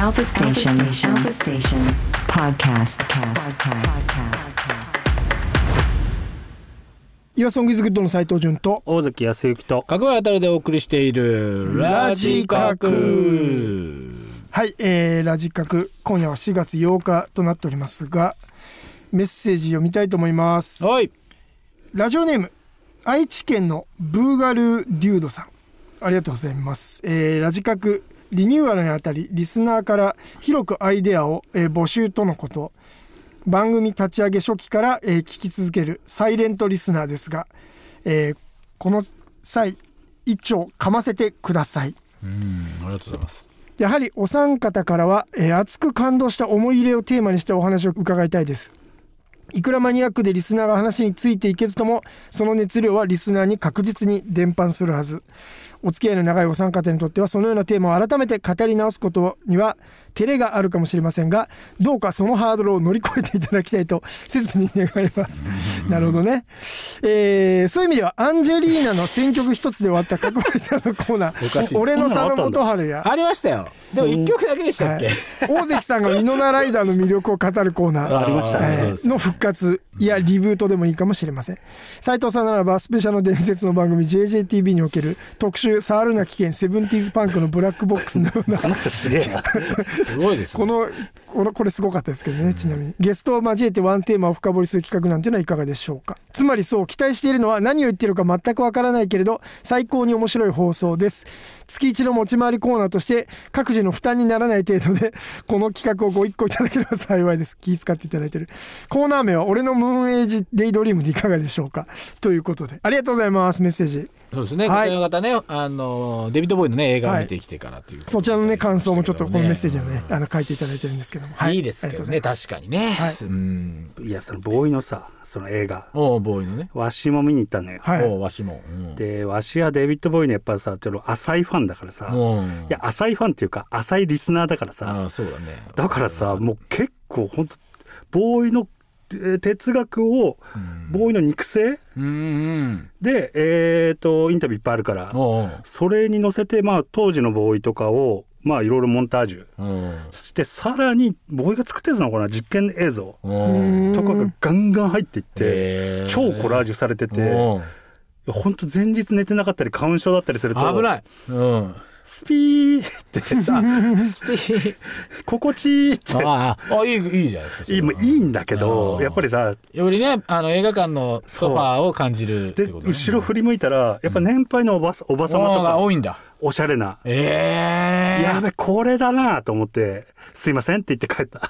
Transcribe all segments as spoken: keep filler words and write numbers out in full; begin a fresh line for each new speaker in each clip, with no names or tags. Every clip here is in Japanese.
Alpha Station. Alpha Station. Podcast. Podcast.
岩ソングイズグッドの斉藤潤と
大関康之と
角川あたるでお送りしているラジカク。
はい、えー、ラジカク今夜はしがつようかとなっておりますが、メッセージ読みたいと思います。
はい。
ラジオネーム愛知県のブーガルデュードさん、ありがとうございます。えー、ラジカクリニューアルにあたりリスナーから広くアイデアを、えー、募集とのこと。番組立ち上げ初期から、えー、聞き続けるサイレントリスナーですが、えー、この際一丁かませてください。
うん、ありがとうございます。
やはりお三方からは、えー、熱く感動した思い入れをテーマにしてお話を伺いたいです。いくらマニアックでリスナーが話についていけずとも、その熱量はリスナーに確実に伝播するはず。お付き合いの長いお三方にとってはそのようなテーマを改めて語り直すことには照れがあるかもしれませんが、どうかそのハードルを乗り越えていただきたいと切に願います。なるほどね、えー、そういう意味ではアンジェリーナの選曲一つで終わった角張さんのコーナー俺の佐野元春や
ありましたよ。でもいっきょくだけでしたっけ、はい、
大関さんがミノナライダーの魅力を語るコーナー
ありましたね、
えー、の復活やリブートでもいいかもしれません。斉藤さんならばスペシャルの伝説の番組 ジェイジェイティービー における特集触るな危険セブンティーズパンクのブラックボックスのような
すげえな
すごいですね。
このこのこれすごかったですけどね。ちなみにゲストを交えてワンテーマを深掘りする企画なんていうのはいかがでしょうか。つまりそう期待しているのは何を言っているか全くわからないけれど最高に面白い放送です。月一の持ち回りコーナーとして各自の負担にならない程度でこの企画をご一個いただければ幸いです。気遣っていただいているコーナー名は俺のムーンエイジデイドリームでいかがでしょうかということで、ありがとうございます。メッセージ
そうですね、
はい、
こちらの方ね、あのデビッド・ボーイの、ね、映画を見てきてからという、
はい、そちらの、ね、感想もちょっとこのメッセージをね、うん、あの書いていただいてるんですけども、
はい、いいですけどね、確かにね、はい、うん、
いやそのボーイのさその映画
おボーイのね
わしも見に行ったのよ、
はい、おわしも、うん、
でわしはデビッド・ボーイのやっぱさちょっと浅いファンだからさ、うん、いや浅いファンっていうか浅いリスナーだからさ、
あそうだね、
だからさもう結構ほんとボーイの哲学を、うん、ボーイの肉声、うんうん、で、えー、とインタビューいっぱいあるから
おう
それに乗せて、まあ、当時のボーイとかをまあいろいろモンタージュしてさらにボーイが作ってるのかな実験映像とかがガンガン入っていって超コラージュされててほんと前日寝てなかったり花粉症だったりすると
危ない、うん
スピーってさスピー心地いいって
ああいい、いいじゃないですか。
いい、いいんだけどやっぱりさ
よりねあの映画館のソファーを感じるってこと、ね、
で後ろ振り向いたらやっぱ年配のおば、うん、おば様とか
多いんだ
おしゃれな、
えー、
やべこれだなと思ってすいませんって言って帰った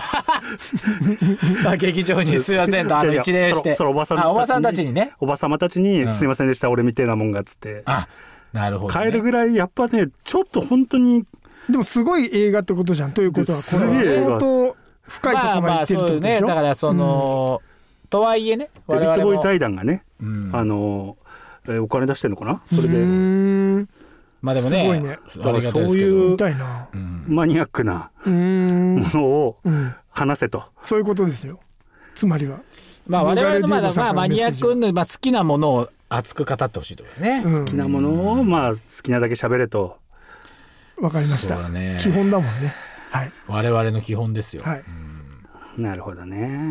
劇場にすいませんとあの一礼して
そのおばさんたちに
おばさんたちにね
おば様たちに、うん、すいませんでした俺みてえなもんがっつって
あなるほど、ね、
帰るぐらいやっぱねちょっと本当に
でもすごい映画ってことじゃんということはこれは相当深いところまで行ってるってことでしょ、まあまあそうね、
だからその、うん、とはいえね
デビッド・ボーイ財団がね、うん、あの、えー、お金出してるのかなそれで
まあでもね
すごいね
だからそういうマニアックなものを話せと、
うん、そういうことですよ。つまりは
まあ我々のまだまあマニアックの、まあ、好きなものを熱く語ってほしいとかね、
うん、好きなものをまあ好きなだけ喋れと。
わかりました、ね、基本だもんね、はい、
我々の基本ですよ、はい、
うん、なるほどね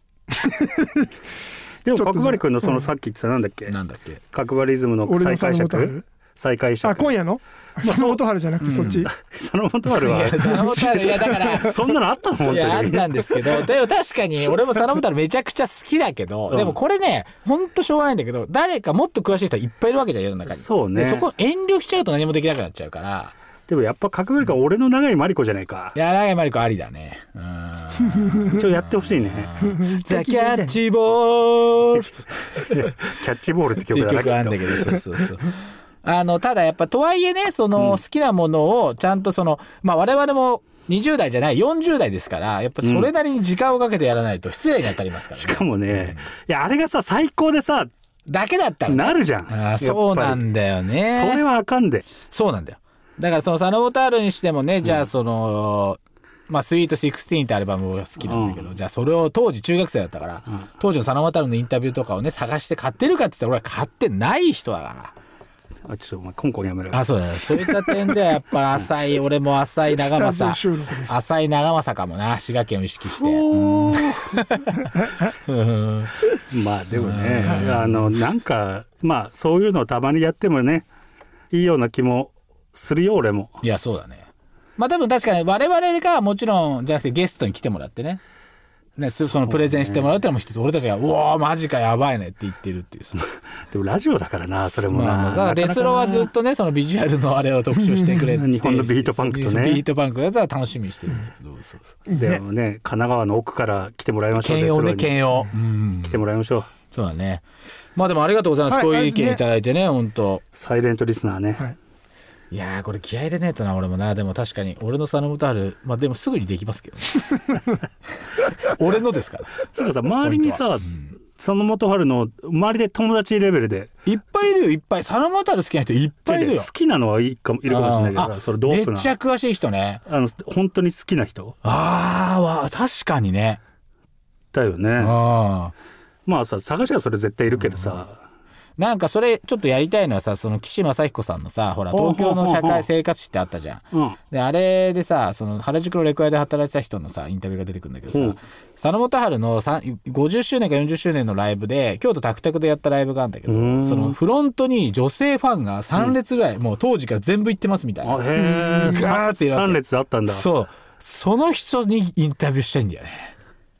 でも角張君のそのさっき言ってたなんだっけ、
なんだっけ
角張リズムの再解釈再解釈
あ今夜の佐野元春じゃなくて、うん、そっち
佐野元春は
佐野元春いやだから
そんなのあったの本当に
いやあったんですけどでも確かに俺も佐野元春めちゃくちゃ好きだけど、うん、でもこれねほんとしょうがないんだけど誰かもっと詳しい人いっぱいいるわけじゃん世の中に。
そうね。
そこ遠慮しちゃうと何もできなくなっちゃうから。
でもやっぱ角張君俺の長井真理子じゃないか。
いや長井真理子ありだね。
うんちょやってほしいね。
ザ・キャッチボール
キャッチボールって曲だな
曲あんだけどそうそうそうあのただやっぱとはいえねその好きなものをちゃんとその、まあ我々もにじゅう代じゃないよんじゅう代ですからやっぱそれなりに時間をかけてやらないと失礼に当たりますからね、
しかもね、うん、いやあれがさ最高でさ
だけだったら、ね、
なるじゃん。
あそうなんだよね。
それはあかんで。
そうなんだよ。だからその佐野元春にしてもね、うん、じゃあそのまあスイートじゅうろくってアルバムが好きなんだけど、うん、じゃあそれを当時中学生だったから、うん、当時の佐野元春のインタビューとかをね探して買ってるかって言ったら俺は買ってない人だから。
あちょっとお前コンコンやめろよ。
あそうだね。そういった点ではやっぱ浅い俺も浅い長
スタ
政
ジオ収録です。
浅い長政かもな、滋賀県を意識して。
おー
うん
まあでもね、あのなんかまあそういうのをたまにやってもねいいような気もするよ俺も。
いやそうだね。まあでも確かに我々がもちろんじゃなくてゲストに来てもらってね。ね、そのプレゼンしてもらうってのも一つ、俺たちが「うわーマジかやばいね」って言ってるっていう
でもラジオだからなそれもな、
まあまあだからレスロはずっとねそのビジュアルのあれを特徴してくれて
日本のビートパンクとね
ビートパンクのやつは楽しみにしてるんだけど、そうそう
でもね神奈川の奥から来てもらいましょう。
兼用ね
レスロに
兼用、うん、
来てもらいましょう。
そうだね。まあでもありがとうございます、
はい、
こういう意見いただいてね本当。
サイレントリスナーね、
はい、
いやーこれ気合い入れねえとな俺もな。でも確かに俺の佐野元春まあでもすぐにできますけど、ね、俺のですから
そうかさ周りにさ、うん、佐野元春の周りで友達レベルで
いっぱいいるよいっぱい。佐野元春好きな人いっぱいいるよ。
好きなのはいいかもいるかもしれないけどそれドープな
めっちゃ詳しい人ね。
あの本当に好きな人
あーわ確かにね
だよね。
あ
まあさ探しはそれ絶対いるけどさ、
なんかそれちょっとやりたいのはさその岸正彦さんのさほら東京の社会生活史ってあったじゃん、うん、であれでさその原宿のレコヤで働いてた人のさインタビューが出てくるんだけどさ、うん、佐野元春のごじゅっしゅうねんかよんじゅっしゅうねんのライブで京都タクタクでやったライブがあるんだけど、そのフロントに女性ファンがさん列ぐらい、うん、もう当時から全部行ってますみたいな、
あへー
ガーって
さん列あったんだ。
そうその人にインタビューしたいんだよね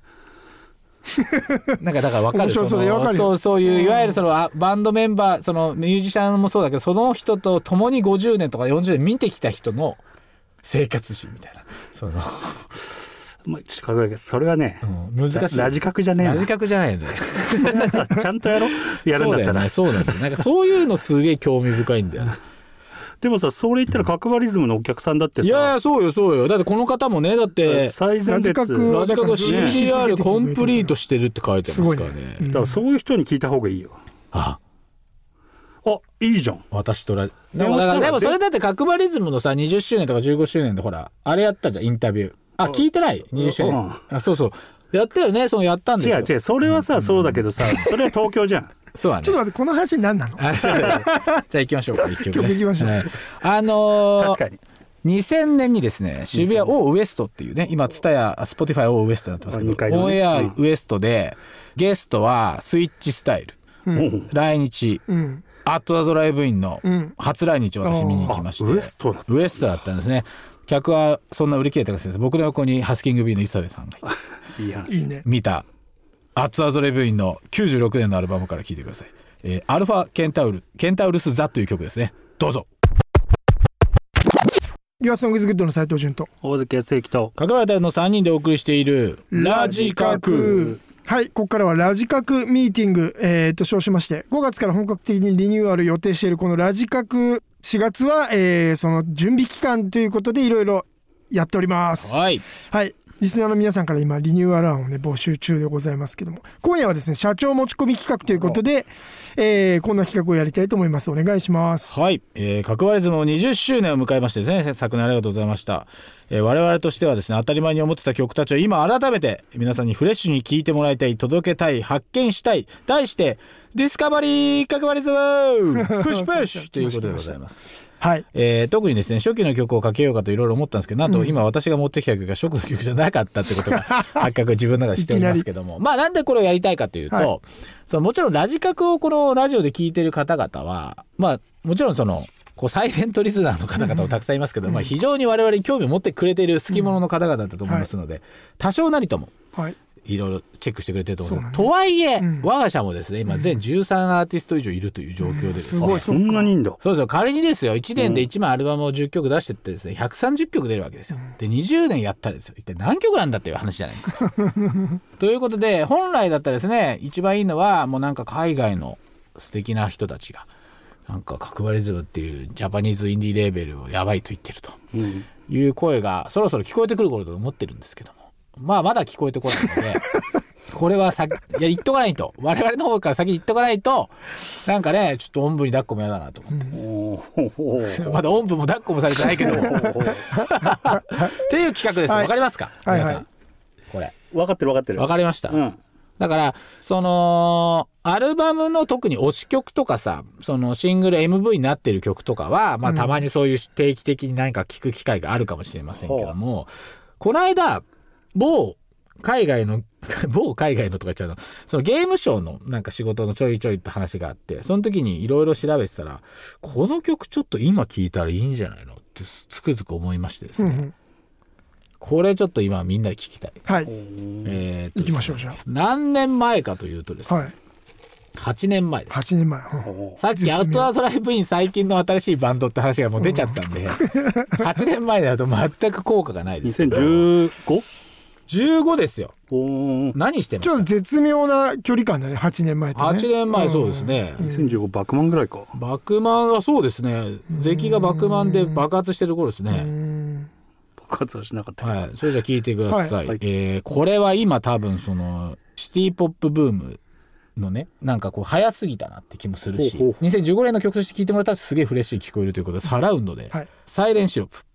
なんかだから分かるそのそうそういういわゆるそのバンドメンバーそのミュージシャンもそうだけどその人と共にごじゅうねんとかよんじゅうねん見てきた人の生活史みたいなその
まあ、ちょっと考えるけどそれはね、
うん、難しい
ラジカクじゃねえな。
ラジカクじゃないよね
ちゃんとやろやるんだったら
そうだよねそうなんだよ。なんかそういうのすげえ興味深いんだよ
でもさそれ言ったら角張リズムのお客さんだってさ、
いやいやそうよそうよ。だってこの方もねだって
最前列
ラジカク
ラジカク シーディーアール コンプリートしてるって書いてますからね。
うん
だからそういう人に聞いた方がいいよ。
あ
あいいじゃん。
私とラでもだからでもそれだって角張リズムのさにじゅっしゅうねんとかじゅうごしゅうねんでほらあれやったじゃんインタビュー。あ聞いてないにじゅっしゅうねん、うん、あそうそうやったよね。そのやったんですよ。
違う違うそれはさ、うん、そうだけどさそれは東京じゃん
そうだね。
ちょっと待ってこの話何なの
あじゃあ行きましょうか一曲、ね、
行きましょう、はい、
あのー、
確かに
にせんねんにですね渋谷オーウエストっていうね今ツタヤスポティファイオーウエストになってますけど、ね、オンエアウエストで、うん、ゲストはスイッチスタイル、うん、来日、うん、アットザドライブインの初来日を私見に行きまして、うん、
ウエスト
ウエストだったんですね。客はそんな売り切れてるんです。僕の横にハスキング B の磯部さんがいて
いい話
いいね
見たアットザドライブインのきゅうじゅうろくねんのアルバムから聴いてください。えー、アルファケンタウルケンタウルスザという曲ですね。どうぞ。
Your Song is Good の斉藤潤と
大関康之と
香川のさんにんでお送りしているラジカク。
はい、ここからはラジカクミーティング、えー、と称しましてごがつから本格的にリニューアル予定しているこのラジカクしがつは、えー、その準備期間ということでいろいろやっております。
はい、
はい、リスナーの皆さんから今リニューアル案をね募集中でございますけども、今夜はですね社長持ち込み企画ということで、えー、こんな企画をやりたいと思います。お願いします。
はい、えー、角張リズムにじゅっしゅうねんを迎えましてですね昨年ありがとうございました。えー、我々としてはですね当たり前に思ってた曲たちを今改めて皆さんにフレッシュに聴いてもらいたい、届けたい、発見したい、題してディスカバリー角張リズムプッシュプッシュということでございます。
はい、
えー、特にですね初期の曲をかけようかといろいろ思ったんですけど、なんと今私が持ってきた曲が初期の曲じゃなかったってことが発覚自分の中でしておりますけどもまあなんでこれをやりたいかというと、はい、そのもちろんラジカクをこのラジオで聴いてる方々はまあもちろんそのこうサイレントリスナーの方々もたくさんいますけど、まあ、非常に我々に興味を持ってくれている好き者の方々だと思いますので、多少なりともいろいろチェックしてくれてると思います。とはいえ、うん、我が社もですね今全じゅうさんアーティスト以上いるという状況でですね、
うん、すごい
そんなにいいんだ。
そうそう仮にですよいちねんでいちまいアルバムをじゅっきょく出してってですねひゃくさんじゅっきょく出るわけですよ。でにじゅうねんやったらですよ一体何曲なんだっていう話じゃないですかということで本来だったらですね一番いいのはもうなんか海外の素敵な人たちがなんか角張リズムっていうジャパニーズインディーレーベルをやばいと言ってるという声がそろそろ聞こえてくる頃と思ってるんですけども、まあまだ聞こえてこないのでこれはさいや言っとかないと我々の方から先言っとかないとなんかねちょっとおんぶに抱っこも嫌だなと思って、うん、まだおんぶも抱っこもされてないけどっていう企画です。わ、はい、かりますか、
はいはい、
皆さんこれ
分かってる分かってる
分かりました、
うん
だからそのアルバムの特に推し曲とかさ、そのシングル エムブイ になってる曲とかは、まあ、たまにそういう定期的に何か聞く機会があるかもしれませんけども、うん、この間某海外の某海外のとか言っちゃうの、そのゲームショーのなんか仕事のちょいちょいって話があって、その時にいろいろ調べてたら、この曲ちょっと今聴いたらいいんじゃないのってつくづく思いましてですね、うん、これちょっと今みんなで聞きたい。
はい。
えー、
行きましょうじゃあ。
何年前かというとですね、はい、はちねんまえです。
はちねんまえ。
さっきアウトドアドライブイン最近の新しいバンドって話がもう出ちゃったんで、うん、はちねんまえだと全く効果がないです。
にせんじゅうご？
じゅうごですよ。何してました？
ちょっと絶妙な距離感だね、はちねんまえってね。
はちねんまえ、そうですね、
うん、にせんじゅうごバクマンぐらいか。
バクマンはそうですね、ゼキがバクマンで爆発してる頃ですね。
爆発はしなかったけど、
はい、それじゃあ聞いてください、はい、えー、これは今多分そのシティポップブームのね、なんかこう早すぎたなって気もするし、ほうほう、にせんじゅうごねんの曲として聴いてもらったらすげえフレッシュに聞こえるということで、サラウンドで、はい、サイレンシロップ。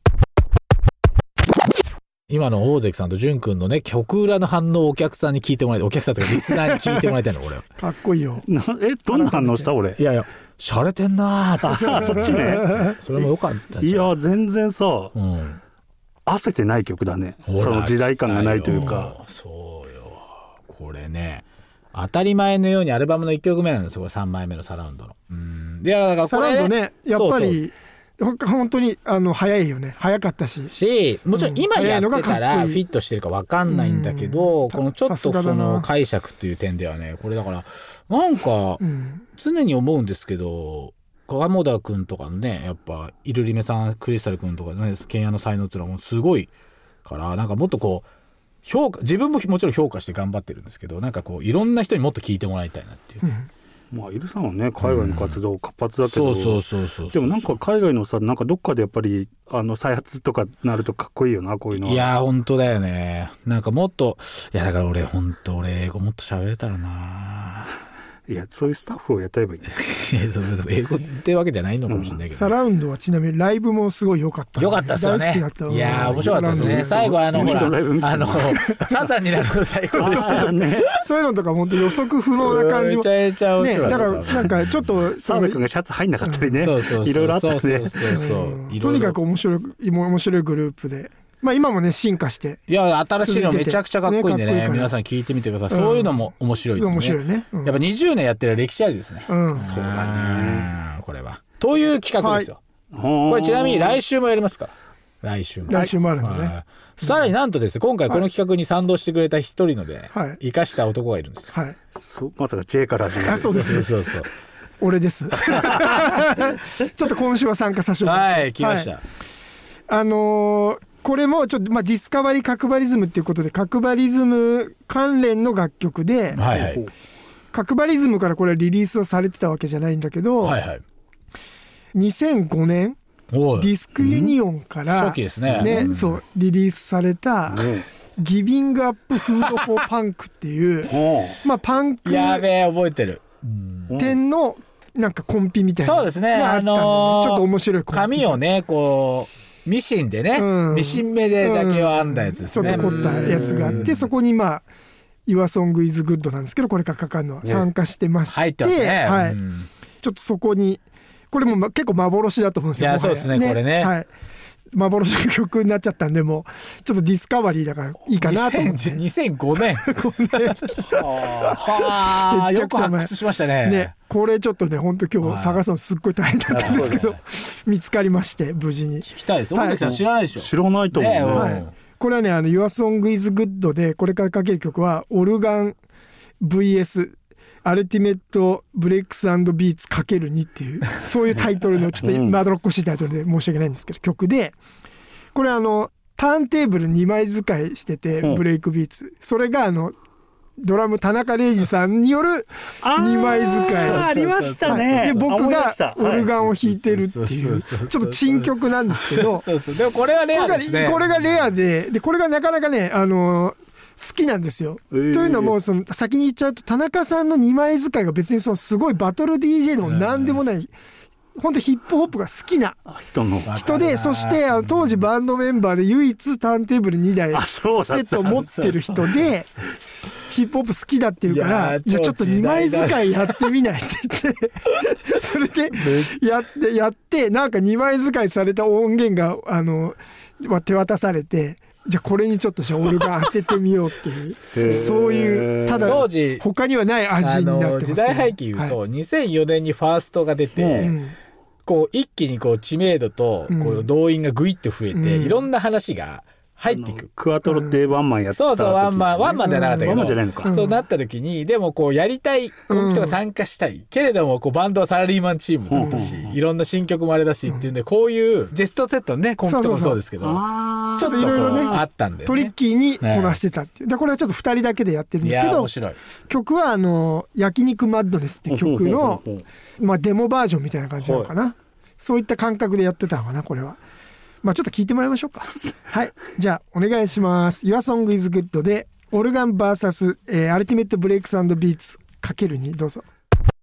今の大関さんと淳君のね、曲裏の反応をお客さんに聞いてもらいたい、お客さんとかリスナーに聞いてもらいたいの俺は。
かっこいいよ。
なえどんな反応した俺。
いやいや、しゃれてんなーって。
そっちね。
それもよかった。
いや全然さ、うん、焦ってない曲だね。その時代感がないというか。
そうよ。これね、当たり前のようにアルバムのいっきょくめなんですよ、これさんまいめのサラウンドの。うん。いやだからこれ、
サラウンドね、やっぱり。そうそう本当にあの早いよね、早かったし
し、もちろん今やってたらフィットしてるか分かんないんだけど、うん、このちょっとその解釈っていう点ではね、これだからなんか常に思うんですけど、川田君とかのね、やっぱイルリメさん、クリスタル君とかね、ケンヤの才能っていうのはもうすごいから、なんかもっとこう評価、自分ももちろん評価して頑張ってるんですけど、なんかこういろんな人にもっと聞いてもらいたいなっていう、うん、
まあ、イルさんはね海外の活動活発だけど、
うん、そうそうそうそう、
でもなんか海外のさ、なんかどっかでやっぱりあの再発とかなるとかっこいいよな、こういうのは。
いや本当だよね。なんかもっと、いやだから俺本当俺英語もっと喋れたらな。
いやそういうスタッフをやったらいいんだよ。
英語ってわけじゃないのかもしれないけど、うん、
サラウンドはちなみにライブもすごい良かった。
良かったですよね。
大好きだった。
いや面白かったですね。最後あのほらあのサザンになるの最高でしたね。
そういうのとか本当予測不能な感じも
めちゃめちゃ面白
ね。だからなんかちょっと
澤部君がシャツ入んなかったりね、いろいろあったね。
とにかく面白い面白いグループで。まあ今もね進化して、
いや新しいのめちゃくちゃかっこいいんで ね, ね皆さん聞いてみてください、うん、そういうのも面白い、ね、
面白いね、うん、
やっぱにじゅうねんやってる歴史ありですね、
うん、
そうだね
これはという企画ですよ、はい、これちなみに来週もやりますから来週も
来週もあるんだね、はい、
さらになんとですね今回この企画に賛同してくれた一人ので、はい、生かした男がいるんですよ、
はい、
そまさか J から
あそうですそうそう俺ですちょっと今週は参加させてもらって、
はい来ました、はい、
あのーこれもちょっとまあディスカバリー角張リズムっていうことで角張リズム関連の楽曲で、
はいはい、
角張リズムからこれリリースをされてたわけじゃないんだけど、
はいはい、
にせんごねんディスクユニオンから、
初期ですね、
ね、
うん、
そうリリースされた、ね、ギビングアップフードフォーパンクっていうまあパンク
やべえ覚えてる
点のなんかコンピみたいな、
そうですね、あのー、
ちょっと面白いコンピ、
紙をねこうミシンでね、うん、ミシン目でジャケを編んだやつですね、
うん、ちょっと凝ったやつがあって、そこにまあ Your Song is Good なんですけど、これからかかるのは参加してまして、
入ってますね、
はい、
うん、
ちょっとそこにこれも結構幻だと思うんですよ。
いやそうですね、これね、
はい、幻の曲になっちゃったんで、もうちょっとディスカバリーだからいいかなと思って
にせんごねんはあよく発掘しました ね,
ねこれちょっとね本当今日探すのすっごい大変だったんですけど、見つかりまして無事に。
聞きたいです。大崎さん知らないでしょ。
知らないと思うね、
はい、これはねあの Your Song is Good でこれからかける曲はオルガン ブイエス アルティメットブレイクス&ビーツ かけるに っていうそういうタイトルのちょっとまどろっこしいタイトルで申し訳ないんですけど曲で、これあのターンテーブルにまい使いしててブレイクビーツ、それがあのドラム田中礼二さんによるにまい使い
ありましたね、
で僕がオルガンを弾いてるっていうちょっと珍曲なんですけど、
そうそうでもこれはレアですね。
これがレアで、でこれがなかなかねあの好きなんですよ、えー、というのもその先に言っちゃうと田中さんのにまい使いが別にそのすごいバトル ディージェー でも何でもない、本当ヒップホップが好きな
人の
人で、そしてあの当時バンドメンバーで唯一ターンテーブルにだいセットを持ってる人で、 ヒップホップ好きだっていうからじゃあちょっとにまい使いやってみないって言ってそれでやってやってなんかにまい使いされた音源があの手渡されてじゃあこれにちょっと俺が当ててみようっていうそういうただ
当時
他にはない味になってます、ね、
時代背景言うと、はい、にせんよねんにファーストが出て、うん、こう一気にこう知名度とこう動員がぐいっと増えて、うん、いろんな話が入っていく。
クワトロってワンマンやった時、ね、
そうそうワンマンワンマンじゃなかったけど、
ワンマンじゃないのか、
そうなった時にでもこうやりたいこの人が参加したい、うん、けれどもこうバンドはサラリーマンチームだったし、うん、いろんな新曲もあれだしっていうんでこういうジェストセットのねコンピともそうですけど、そうそうそうちょっといろいろねあったんで、ね、
トリッキーにこなしてたっていう、ね、でこれはちょっとふたりだけでやってるんですけど曲はあの焼肉マッドネスって曲のまあデモバージョンみたいな感じなのかな、そういった感覚でやってたのかなこれは。まあちょっと聞いてもらいましょうかはいじゃあお願いします。 Your Song is Good でオルガン ブイエス、えー、アルティメットブレイクス&ビーツ かけるに どうぞ。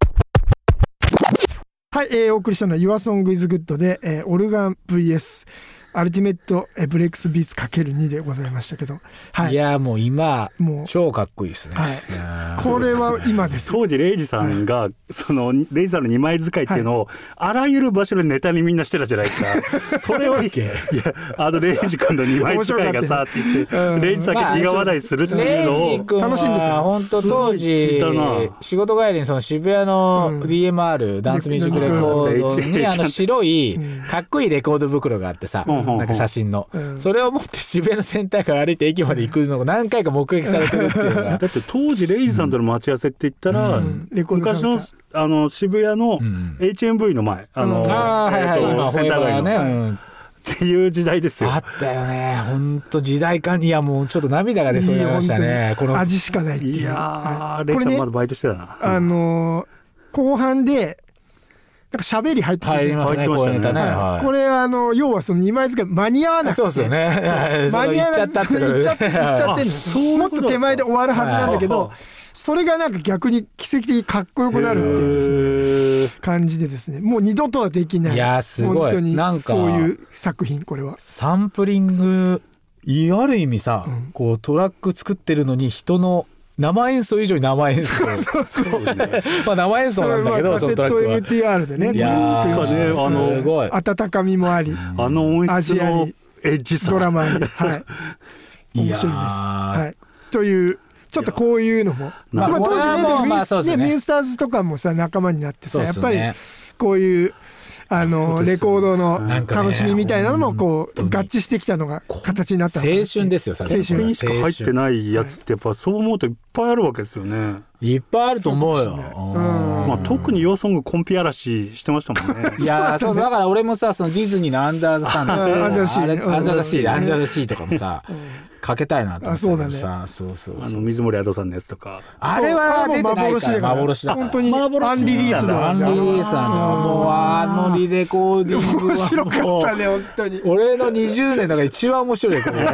はい、えー、お送りしたのは Your Song is Good で、えー、オルガン ブイエス アルティメットブレイクスビーツ かけるに でございましたけど、はい、
いやもう今もう超かっこいいですね、
はい、これは今です。
当時レイジさんが、はい、そのレイジさんのにまい使いっていうのを、はい、あらゆる場所でネタにみんなしてたじゃないですかそれをいやあのレイジ君のにまい使いがさって言って、うん、レイジさんが苦笑いするっていうのを、
まあ、楽しんでた。本当当時仕事帰りにその渋谷の ディーエムアール、うん、ダンスミュージックレコードにあの白いかっこいいレコード袋があってさ、うん、なんか写真のうん、それを持って渋谷のセンターから歩いて駅まで行くのが何回か目撃されてるっていうのが
だって当時レイジさんとの待ち合わせって言ったら、うん、昔のあの渋谷の エイチエムブイ の前、うん、あの、うん、あ、はいはい、今センター街の、ね、うん、っていう時代ですよ。
あったよね本当時代感に。いやもうちょっと涙が出そうになりましたね。この
味しかないっていう。
いやー、レイジさんまだバイトしてたな、ね、
あのー、後半でなんか喋り入ってくるじゃないですか。
入ってましたね。
はい、これあの要はそのにまい使い間に合わなくて、
そうですよね。間に合わなくて
行っちゃって行っちゃってんの。もっと手前で終わるはずなんだけど、それがなんか逆に奇跡的にかっこよくなるっていうですね感じでですね、もう二度とはできない。
いやすごい。
本当に
なんか
そういう作品。これは
サンプリング、ある意味さ、うん、こうトラック作ってるのに人の生演奏以上に生演奏そうそうそうまあ生演奏なんだけど、
カセット エムティーアール でね、
いや
作りましたね。あのすごい温かみもあり、
あの音質のエッジさ、
ドラマに、はい、面白いです。はい、というちょっとこういうのも、まあ、まあ当時ね、まあミュー、ね、ミュースターズとかもさ仲間になってさ、やっぱりこういうあのレコードの楽しみみたいなのもこう合致してきたのが形になったのかな。
青春ですよ。
青春にしか入ってないやつってやっぱそう思うといっぱいあるわけですよね。
いっぱいあると思うよ。
まあ、特にヨーソングコンピ嵐してましたもんね。
いやそうだから俺もさ、そのディズニーのアンダーザサンとかアンダーシーアンダーシーアンダーシーとかもさかけたいなと思ってさ、そうだね、そうそうそう、
あの水森アドさんのやつとか、
あれは出てないから幻だから、
本当にアンリリースの
アンリリースなんだ。もうあのリレコーディングは
面白かったね本当に。
俺のにじゅうねんだから一番面白いですね。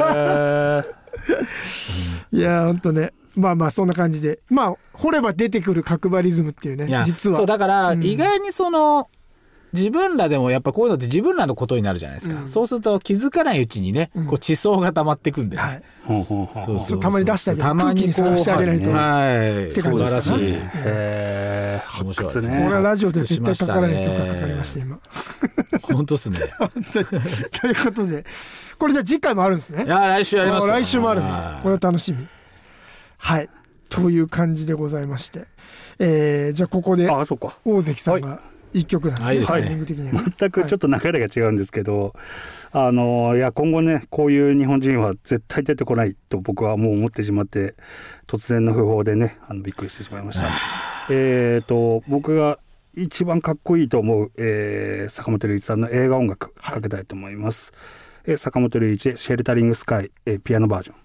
いや本当ね、まあまあそんな感じで、まあ掘れば出てくる角張リズムっていうね、実は
そうだから意外にその、うん自分らでもやっぱこういうのって自分らのことになるじゃないですか、うん、そうすると気づかないうちにね、うん、こう地層が溜まってくんで、ね、はい、
そうそうたまに出してあげる、空気にさらしてあげないと、
はい、
って感じですね。
へー、面白いですね。
これはラジオで絶対かからない曲がかかりました今。
本当ですね。
ということでこれじゃあ次回もあるんですね。
いや来週やりますよ。
来週もあるんで、これは楽しみ。はいという感じでございまして、えー、じゃあここで大関さんが、はい一曲なんですね、タイミング的には、
全くちょっと流れが違うんですけど、はい、あのいや今後ねこういう日本人は絶対出てこないと僕はもう思ってしまって、突然の訃報でねあのびっくりしてしまいました。えっと僕が一番かっこいいと思う、えー、坂本龍一さんの映画音楽かけたいと思います、はい、え坂本龍一シェルタリングスカイ、えー、ピアノバージョン。